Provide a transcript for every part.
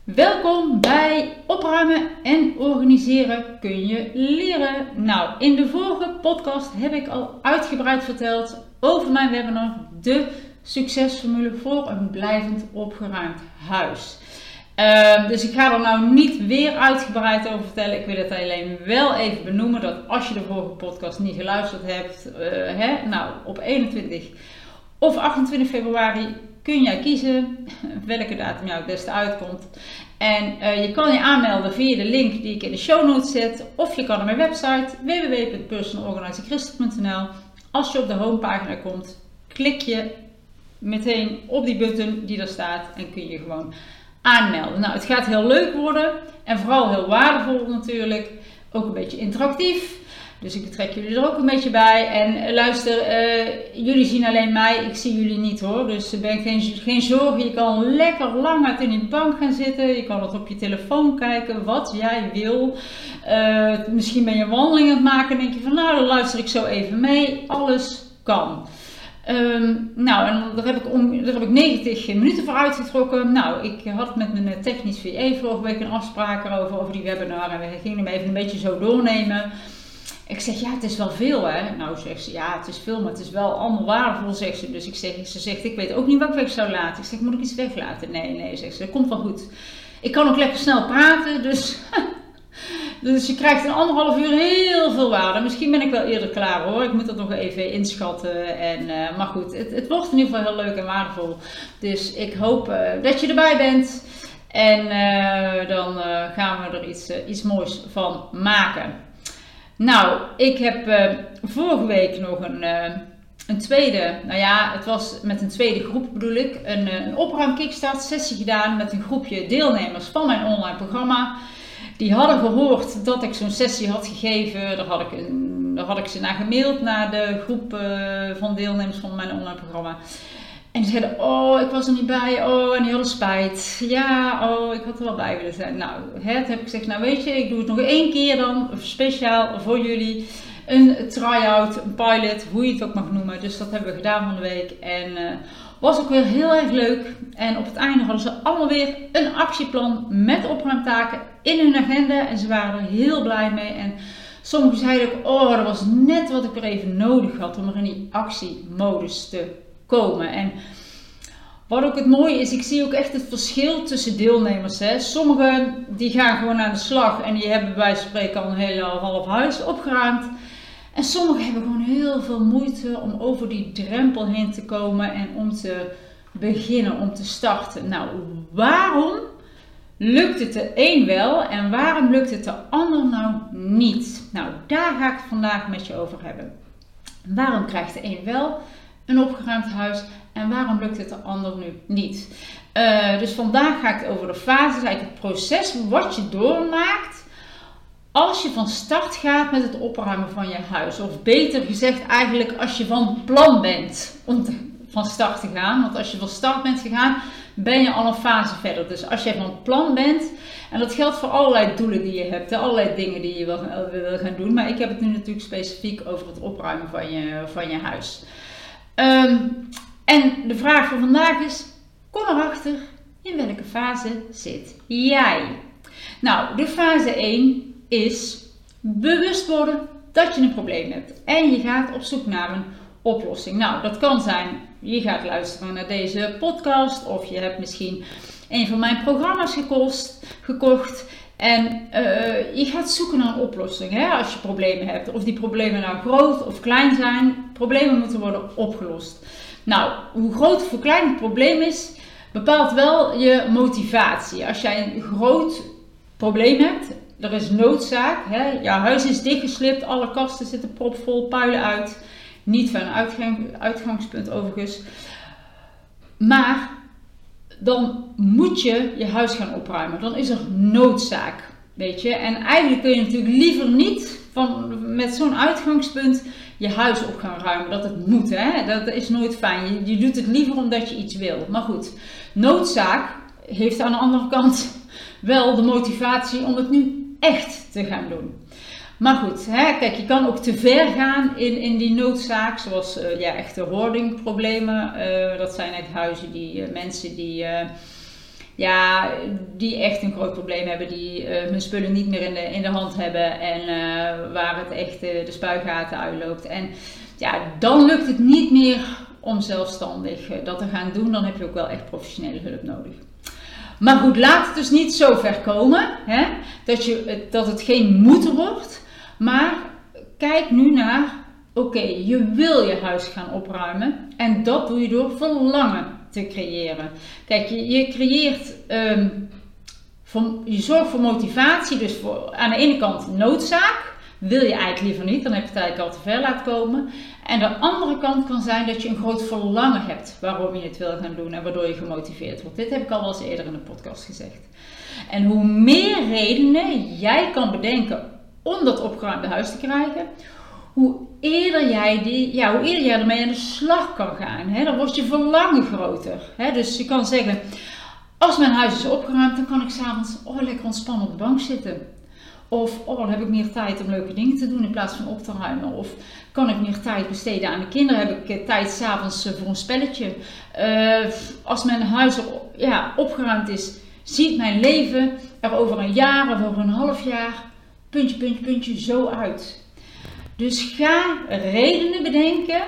Welkom bij Opruimen en Organiseren kun je leren. Nou, in de vorige podcast heb ik al uitgebreid verteld over mijn webinar De Succesformule voor een blijvend opgeruimd huis. Dus ik ga er nou niet weer uitgebreid over vertellen. Ik wil het alleen wel even benoemen dat als je de vorige podcast niet geluisterd hebt, op 21 of 28 februari kun jij kiezen welke datum jou het beste uitkomt. En je kan je aanmelden via de link die ik in de show notes zet. Of je kan naar mijn website www.personalorganizingchrystus.nl. Als je op de homepagina komt, klik je meteen op die button die daar staat en kun je gewoon aanmelden. Nou, het gaat heel leuk worden en vooral heel waardevol natuurlijk. Ook een beetje interactief. Dus ik betrek jullie er ook een beetje bij. En luister, jullie zien alleen mij, ik zie jullie niet hoor. Dus ben geen zorgen, je kan lekker lang uit in die bank gaan zitten. Je kan het op je telefoon kijken, wat jij wil. Misschien ben je een wandeling aan het maken en denk je van nou, dan luister ik zo even mee. Alles kan. En daar heb ik 90 minuten voor uitgetrokken. Nou, ik had het met mijn technisch VA vorige week een afspraak over die webinar. En we gingen hem even een beetje zo doornemen. Ik zeg, ja, het is wel veel hè. Nou, zegt ze, ja, het is veel, maar het is wel allemaal waardevol, zegt ze. Dus ze zegt, ik weet ook niet wat ik weg zou laten. Ik zeg, moet ik iets weglaten? Nee, zegt ze, dat komt wel goed. Ik kan ook lekker snel praten, dus je krijgt in 1,5 uur heel veel waarde. Misschien ben ik wel eerder klaar hoor. Ik moet dat nog even inschatten. Maar goed, het wordt in ieder geval heel leuk en waardevol. Dus ik hoop dat je erbij bent. En dan gaan we er iets moois van maken. Nou, ik heb vorige week nog een tweede, het was met een tweede groep bedoel ik, een opruim kickstart sessie gedaan met een groepje deelnemers van mijn online programma. Die hadden gehoord dat ik zo'n sessie had gegeven, daar had ik ze naar gemaild naar de groep van deelnemers van mijn online programma. En die zeiden, oh, ik was er niet bij, en die hadden spijt. Ja, ik had er wel bij willen zijn. Nou, heb ik gezegd, nou weet je, ik doe het nog 1 keer dan, speciaal voor jullie. Een try-out, een pilot, hoe je het ook mag noemen. Dus dat hebben we gedaan van de week. En was ook weer heel erg leuk. En op het einde hadden ze allemaal weer een actieplan met opruimtaken in hun agenda. En ze waren er heel blij mee. En sommigen zeiden ook, dat was net wat ik er even nodig had om er in die actiemodus te komen. En wat ook het mooie is, ik zie ook echt het verschil tussen deelnemers. Hè. Sommigen die gaan gewoon aan de slag en die hebben bij wijze van spreken al een hele half huis opgeruimd. En sommigen hebben gewoon heel veel moeite om over die drempel heen te komen en om te beginnen, om te starten. Nou, waarom lukt het de een wel en waarom lukt het de ander nou niet? Nou, daar ga ik het vandaag met je over hebben. Waarom krijgt de een wel een opgeruimd huis en waarom lukt het de ander nu niet? Dus vandaag ga ik het over de fases, eigenlijk het proces wat je doormaakt als je van start gaat met het opruimen van je huis. Of beter gezegd eigenlijk als je van plan bent om van start te gaan. Want als je van start bent gegaan, ben je al een fase verder. Dus als je van plan bent, en dat geldt voor allerlei doelen die je hebt, allerlei dingen die je wil gaan doen. Maar ik heb het nu natuurlijk specifiek over het opruimen van je huis. En de vraag van vandaag is, kom erachter in welke fase zit jij? Nou, de fase 1 is bewust worden dat je een probleem hebt en je gaat op zoek naar een oplossing. Nou, dat kan zijn, je gaat luisteren naar deze podcast of je hebt misschien een van mijn programma's gekocht en je gaat zoeken naar een oplossing als je problemen hebt. Of die problemen nou groot of klein zijn, problemen moeten worden opgelost. Nou, hoe groot of hoe klein het probleem is, bepaalt wel je motivatie. Als jij een groot probleem hebt, er is noodzaak, je huis is dichtgeslipt, alle kasten zitten propvol, puilen uit. Niet van een uitgangspunt overigens. Maar dan moet je je huis gaan opruimen. Dan is er noodzaak, weet je. En eigenlijk kun je natuurlijk liever niet met zo'n uitgangspunt je huis op gaan ruimen. Dat het moet, hè. Dat is nooit fijn. Je doet het liever omdat je iets wil. Maar goed, noodzaak heeft aan de andere kant wel de motivatie om het nu echt te gaan doen. Maar goed, kijk, je kan ook te ver gaan in die noodzaak, zoals echte hoardingproblemen. Dat zijn echt huizen mensen die die echt een groot probleem hebben, die hun spullen niet meer in de hand hebben en waar het echt de spuigaten uitloopt. En ja, dan lukt het niet meer om zelfstandig dat te gaan doen. Dan heb je ook wel echt professionele hulp nodig. Maar goed, laat het dus niet zo ver komen, hè, dat het geen moeten wordt. Maar kijk nu naar, oké, je wil je huis gaan opruimen. En dat doe je door verlangen te creëren. Kijk, je creëert, je zorgt voor motivatie. Dus aan de ene kant noodzaak. Wil je eigenlijk liever niet, dan heb je het eigenlijk al te ver laten komen. En de andere kant kan zijn dat je een groot verlangen hebt waarom je het wil gaan doen en waardoor je gemotiveerd wordt. Dit heb ik al wel eens eerder in de podcast gezegd. En hoe meer redenen jij kan bedenken om dat opgeruimde huis te krijgen, hoe eerder jij ermee aan de slag kan gaan. Hè? Dan wordt je verlangen groter. Hè? Dus je kan zeggen, als mijn huis is opgeruimd, dan kan ik 's avonds lekker ontspannen op de bank zitten. Of dan heb ik meer tijd om leuke dingen te doen in plaats van op te ruimen. Of kan ik meer tijd besteden aan de kinderen? Heb ik tijd 's avonds voor een spelletje? Als mijn huis opgeruimd is, ziet mijn leven er over een jaar of over een half jaar puntje zo uit. Dus ga redenen bedenken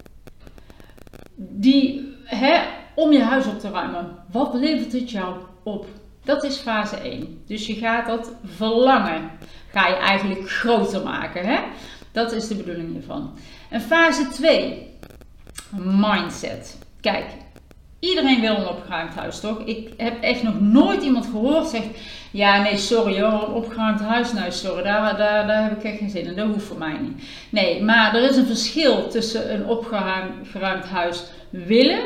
om je huis op te ruimen. Wat levert het jou op? Dat is fase 1. Dus je gaat dat verlangen, ga je eigenlijk groter maken. Hè? Dat is de bedoeling hiervan. En fase 2, mindset. Kijk, iedereen wil een opgeruimd huis, toch? Ik heb echt nog nooit iemand gehoord zegt, ja nee sorry hoor, een opgeruimd huis, nou sorry, daar heb ik echt geen zin in, dat hoeft voor mij niet. Nee, maar er is een verschil tussen een opgeruimd huis willen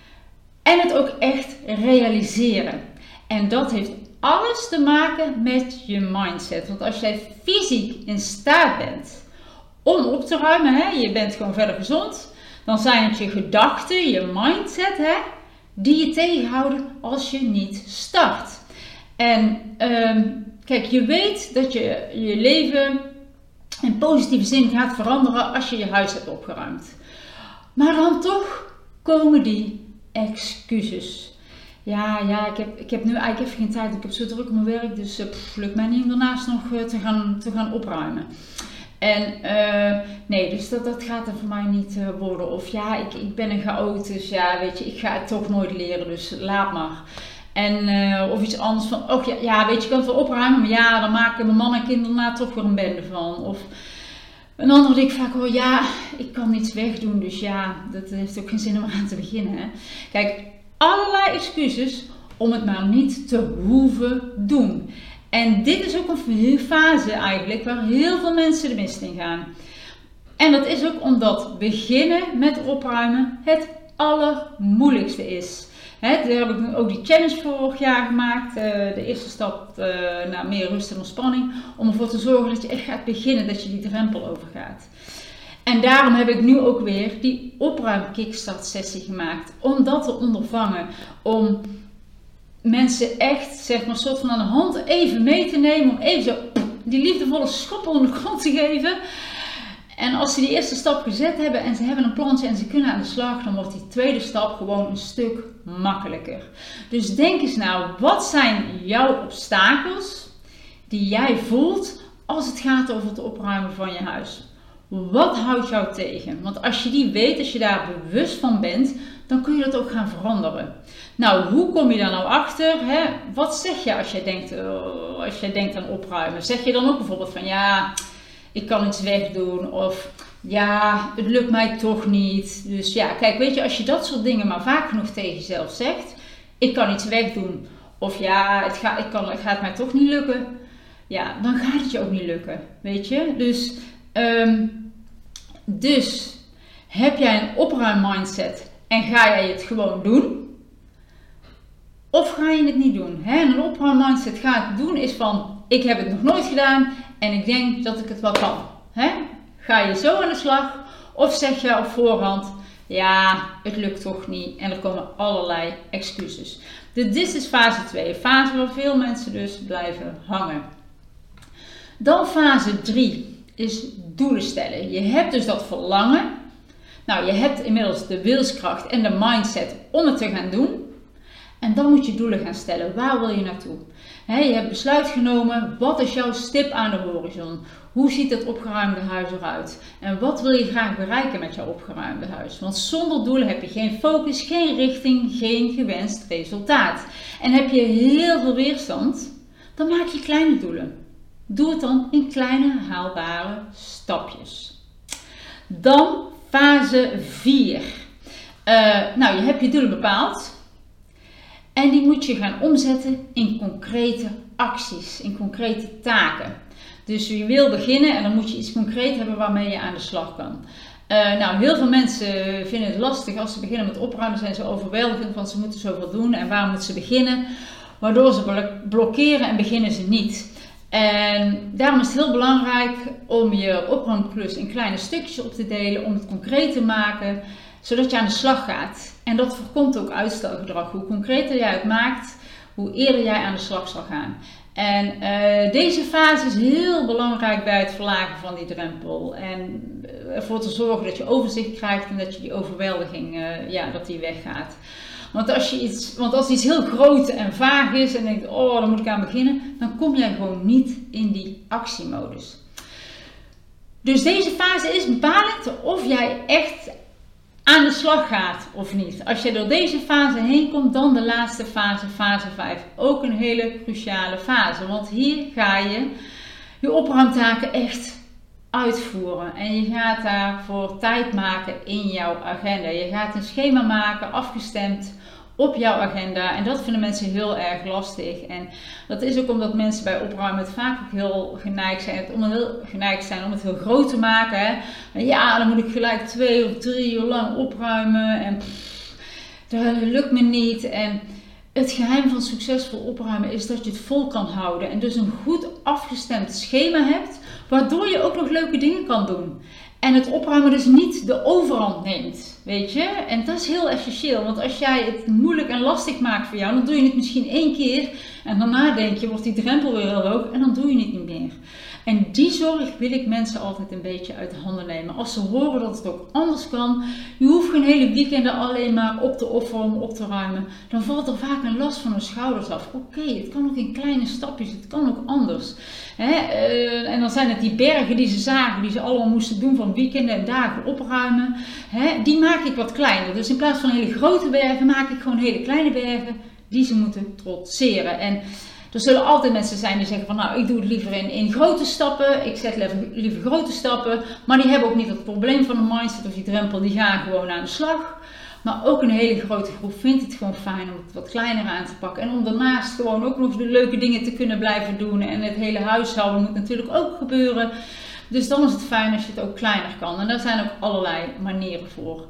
en het ook echt realiseren. En dat heeft alles te maken met je mindset. Want als jij fysiek in staat bent om op te ruimen, je bent gewoon verder gezond, dan zijn het je gedachten, je mindset, die je tegenhouden als je niet start. En kijk, je weet dat je je leven in positieve zin gaat veranderen als je je huis hebt opgeruimd. Maar dan toch komen die excuses. Ja, ik heb nu eigenlijk even geen tijd. Ik heb zo druk op mijn werk, dus lukt mij niet om daarnaast nog te gaan opruimen. En nee, dus dat gaat er voor mij niet worden. Of ja, ik ben een chaot, dus ja, weet je, ik ga het toch nooit leren, dus laat maar. En of iets anders van, weet je, ik kan het wel opruimen, maar ja, dan maken mijn man en kinderen daarna toch weer een bende van. Of een andere die ik vaak hoor, ik kan niets wegdoen, dus ja, dat heeft ook geen zin om aan te beginnen. Hè. Kijk, allerlei excuses om het maar niet te hoeven doen. En dit is ook een fase eigenlijk waar heel veel mensen de mist in gaan. En dat is ook omdat beginnen met opruimen het allermoeilijkste is. Daar heb ik ook die challenge vorig jaar gemaakt. De eerste stap naar meer rust en ontspanning. Om ervoor te zorgen dat je echt gaat beginnen, dat je die drempel overgaat. En daarom heb ik nu ook weer die opruim kickstart sessie gemaakt. Om dat te ondervangen. Om mensen echt, zeg maar, soort van aan de hand even mee te nemen. Om even zo die liefdevolle schop onder de grond te geven. En als ze die eerste stap gezet hebben en ze hebben een plantje en ze kunnen aan de slag, dan wordt die tweede stap gewoon een stuk makkelijker. Dus denk eens nou, wat zijn jouw obstakels die jij voelt als het gaat over het opruimen van je huis? Wat houdt jou tegen? Want als je die weet, als je daar bewust van bent, dan kun je dat ook gaan veranderen. Nou, hoe kom je daar nou achter? Wat zeg je als jij denkt aan opruimen? Zeg je dan ook bijvoorbeeld van ik kan iets wegdoen of het lukt mij toch niet. Dus kijk, weet je, als je dat soort dingen maar vaak genoeg tegen jezelf zegt, ik kan iets wegdoen of het gaat mij toch niet lukken. Ja, dan gaat het je ook niet lukken, weet je. Dus heb jij een opruimmindset en ga jij het gewoon doen? Of ga je het niet doen? En een opruimmindset ga het doen is van, ik heb het nog nooit gedaan en ik denk dat ik het wel kan. Ga je zo aan de slag? Of zeg je op voorhand, het lukt toch niet en er komen allerlei excuses. Dit is fase 2, fase waar veel mensen dus blijven hangen. Dan fase 3 is doelen stellen. Je hebt dus dat verlangen. Nou, je hebt inmiddels de wilskracht en de mindset om het te gaan doen. En dan moet je doelen gaan stellen. Waar wil je naartoe? Je hebt besluit genomen. Wat is jouw stip aan de horizon? Hoe ziet het opgeruimde huis eruit? En wat wil je graag bereiken met jouw opgeruimde huis? Want zonder doelen heb je geen focus, geen richting, geen gewenst resultaat. En heb je heel veel weerstand, dan maak je kleine doelen. Doe het dan in kleine haalbare stapjes. Dan fase 4. Je hebt je doelen bepaald. En die moet je gaan omzetten in concrete acties, in concrete taken. Dus je wil beginnen en dan moet je iets concreet hebben waarmee je aan de slag kan. Heel veel mensen vinden het lastig als ze beginnen met opruimen, zijn ze overweldigend, want ze moeten zoveel doen en waar moeten ze beginnen? Waardoor ze blokkeren en beginnen ze niet. En daarom is het heel belangrijk om je opruimklus in kleine stukjes op te delen, om het concreet te maken, zodat je aan de slag gaat. En dat voorkomt ook uitstelgedrag. Hoe concreter jij het maakt, hoe eerder jij aan de slag zal gaan. En deze fase is heel belangrijk bij het verlagen van die drempel. En ervoor te zorgen dat je overzicht krijgt en dat je die overweldiging dat die weggaat. Want als iets heel groot en vaag is en denkt, oh, daar moet ik aan beginnen, dan kom jij gewoon niet in die actiemodus. Dus deze fase is bepalend of jij echt aan de slag gaat of niet. Als je door deze fase heen komt, dan de laatste fase, fase 5. Ook een hele cruciale fase, want hier ga je je opruimtaken echt uitvoeren. En je gaat daarvoor tijd maken in jouw agenda. Je gaat een schema maken, afgestemd op jouw agenda. En dat vinden mensen heel erg lastig. En dat is ook omdat mensen bij opruimen het vaak ook heel geneigd zijn om het heel groot te maken. Hè. Ja, dan moet ik gelijk 2 of 3 uur lang opruimen. En dat lukt me niet. En het geheim van succesvol opruimen is dat je het vol kan houden. En dus een goed afgestemd schema hebt, waardoor je ook nog leuke dingen kan doen. En het opruimen dus niet de overhand neemt, weet je. En dat is heel essentieel, want als jij het moeilijk en lastig maakt voor jou, dan doe je het misschien 1 keer. En daarna denk je, wordt die drempel weer heel hoog en dan doe je het niet meer. En die zorg wil ik mensen altijd een beetje uit de handen nemen. Als ze horen dat het ook anders kan, je hoeft geen hele weekenden alleen maar op te offeren om op te ruimen. Dan valt er vaak een last van hun schouders af. Oké, het kan ook in kleine stapjes, het kan ook anders. En dan zijn het die bergen die ze zagen, die ze allemaal moesten doen van weekenden en dagen opruimen. Die maak ik wat kleiner. Dus in plaats van hele grote bergen maak ik gewoon hele kleine bergen die ze moeten trotseren. En er zullen altijd mensen zijn die zeggen van nou, ik doe het liever in grote stappen, ik zet liever grote stappen, maar die hebben ook niet het probleem van de mindset of die drempel, die gaan gewoon aan de slag. Maar ook een hele grote groep vindt het gewoon fijn om het wat kleiner aan te pakken en om daarnaast gewoon ook nog de leuke dingen te kunnen blijven doen en het hele huishouden moet natuurlijk ook gebeuren. Dus dan is het fijn als je het ook kleiner kan en daar zijn ook allerlei manieren voor.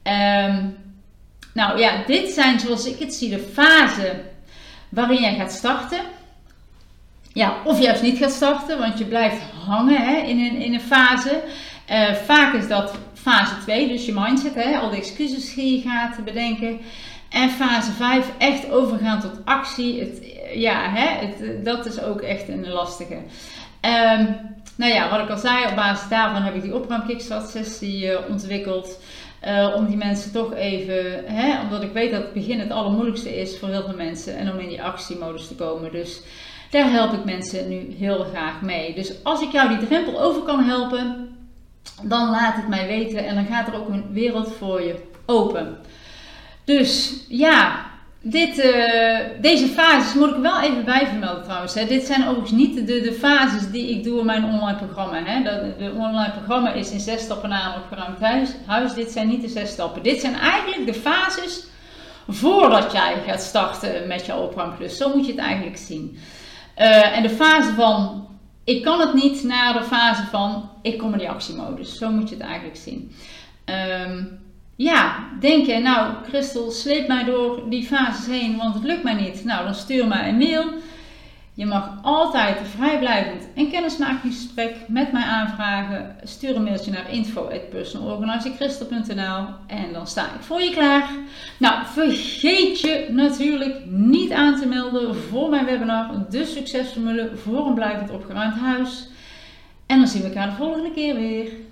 Dit zijn zoals ik het zie de fasen waarin jij gaat starten. Ja, of juist niet gaat starten, want je blijft hangen in een fase. Vaak is dat fase 2, dus je mindset, al de excuses die je gaat bedenken. En fase 5, echt overgaan tot actie. Dat is ook echt een lastige. Wat ik al zei, op basis daarvan heb ik die opruim-kickstart sessie ontwikkeld. Om die mensen toch even, omdat ik weet dat het begin het allermoeilijkste is voor heel veel mensen. En om in die actiemodus te komen. Dus daar help ik mensen nu heel graag mee. Dus als ik jou die drempel over kan helpen, dan laat het mij weten. En dan gaat er ook een wereld voor je open. Dus ja, deze fases moet ik wel even bijvermelden trouwens. Dit zijn overigens niet de fases die ik doe in mijn online programma. De online programma is in 6 stappen naar een opgeruimd huis. Dit zijn niet de 6 stappen. Dit zijn eigenlijk de fases voordat jij gaat starten met je opruimklus. Zo moet je het eigenlijk zien. En de fase van ik kan het niet naar de fase van ik kom in die actiemodus. Zo moet je het eigenlijk zien. Denk je, nou Christel, sleep mij door die fases heen, want het lukt mij niet. Nou, dan stuur mij een mail. Je mag altijd vrijblijvend een kennismakingsgesprek met mij aanvragen. Stuur een mailtje naar info@personalorganizingchristel.nl en dan sta ik voor je klaar. Nou, vergeet je natuurlijk niet aan te melden voor mijn webinar De Succesformule voor een blijvend opgeruimd huis. En dan zien we elkaar de volgende keer weer.